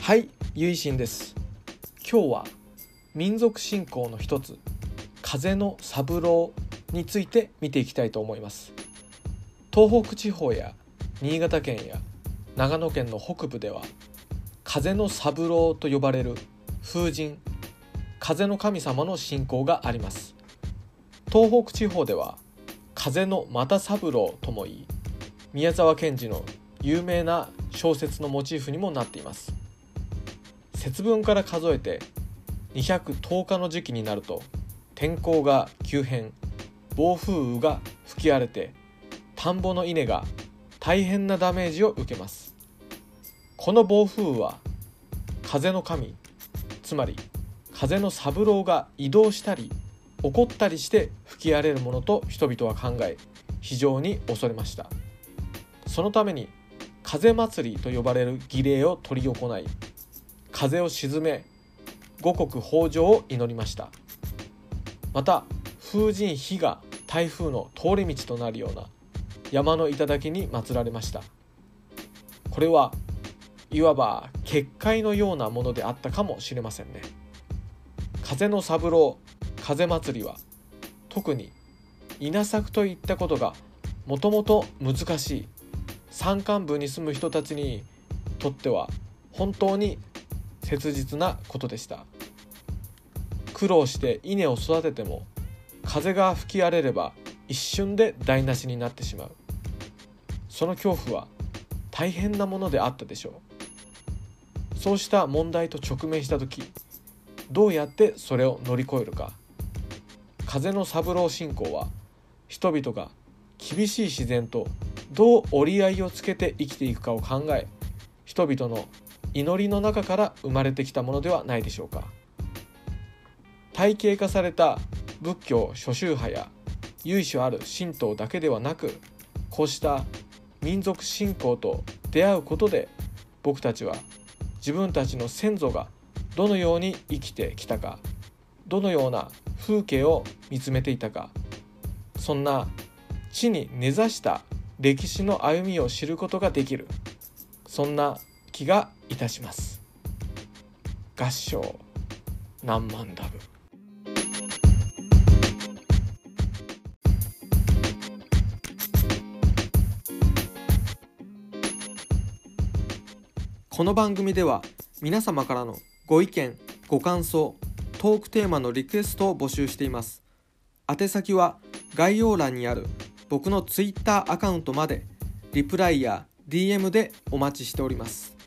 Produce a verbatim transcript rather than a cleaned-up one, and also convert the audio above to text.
はい、ゆいしんです。今日は民族信仰の一つ、風の三郎について見ていきたいと思います。東北地方や新潟県や長野県の北部では、風の三郎と呼ばれる風神、風の神様の信仰があります。東北地方では風の又三郎とも言い、宮沢賢治の有名な小説のモチーフにもなっています。節分から数えてにひゃくとおかの時期になると、天候が急変、暴風雨が吹き荒れて、田んぼの稲が大変なダメージを受けます。この暴風雨は風の神、つまり風の三郎が移動したり起こったりして吹き荒れるものと人々は考え、非常に恐れました。そのために風祭りと呼ばれる儀礼を執り行い、風を鎮め、五穀豊穣を祈りました。また風神火が台風の通り道となるような山の頂に祀られました。これはいわば結界のようなものであったかもしれませんね。風の三郎、風祭りは特に稲作といったことがもともと難しい山間部に住む人たちにとっては本当に切実なことでした。苦労して稲を育てても風が吹き荒れれば一瞬で台無しになってしまう。その恐怖は大変なものであったでしょう。そうした問題と直面したとき、どうやってそれを乗り越えるか。風の三郎信仰は、人々が厳しい自然とどう折り合いをつけて生きていくかを考え、人々の祈りの中から生まれてきたものではないでしょうか。体系化された仏教諸宗派や由緒ある神道だけではなく、こうした民族信仰と出会うことで、僕たちは自分たちの先祖がどのように生きてきたか、どのような風景を見つめていたか、そんな地に根ざした歴史の歩みを知ることができる、そんな気がいたします。合唱何万ダブ。この番組では皆様からのご意見、ご感想、トークテーマのリクエストを募集しています。宛先は概要欄にある僕のツイッターアカウントまでリプライや ディーエム でお待ちしております。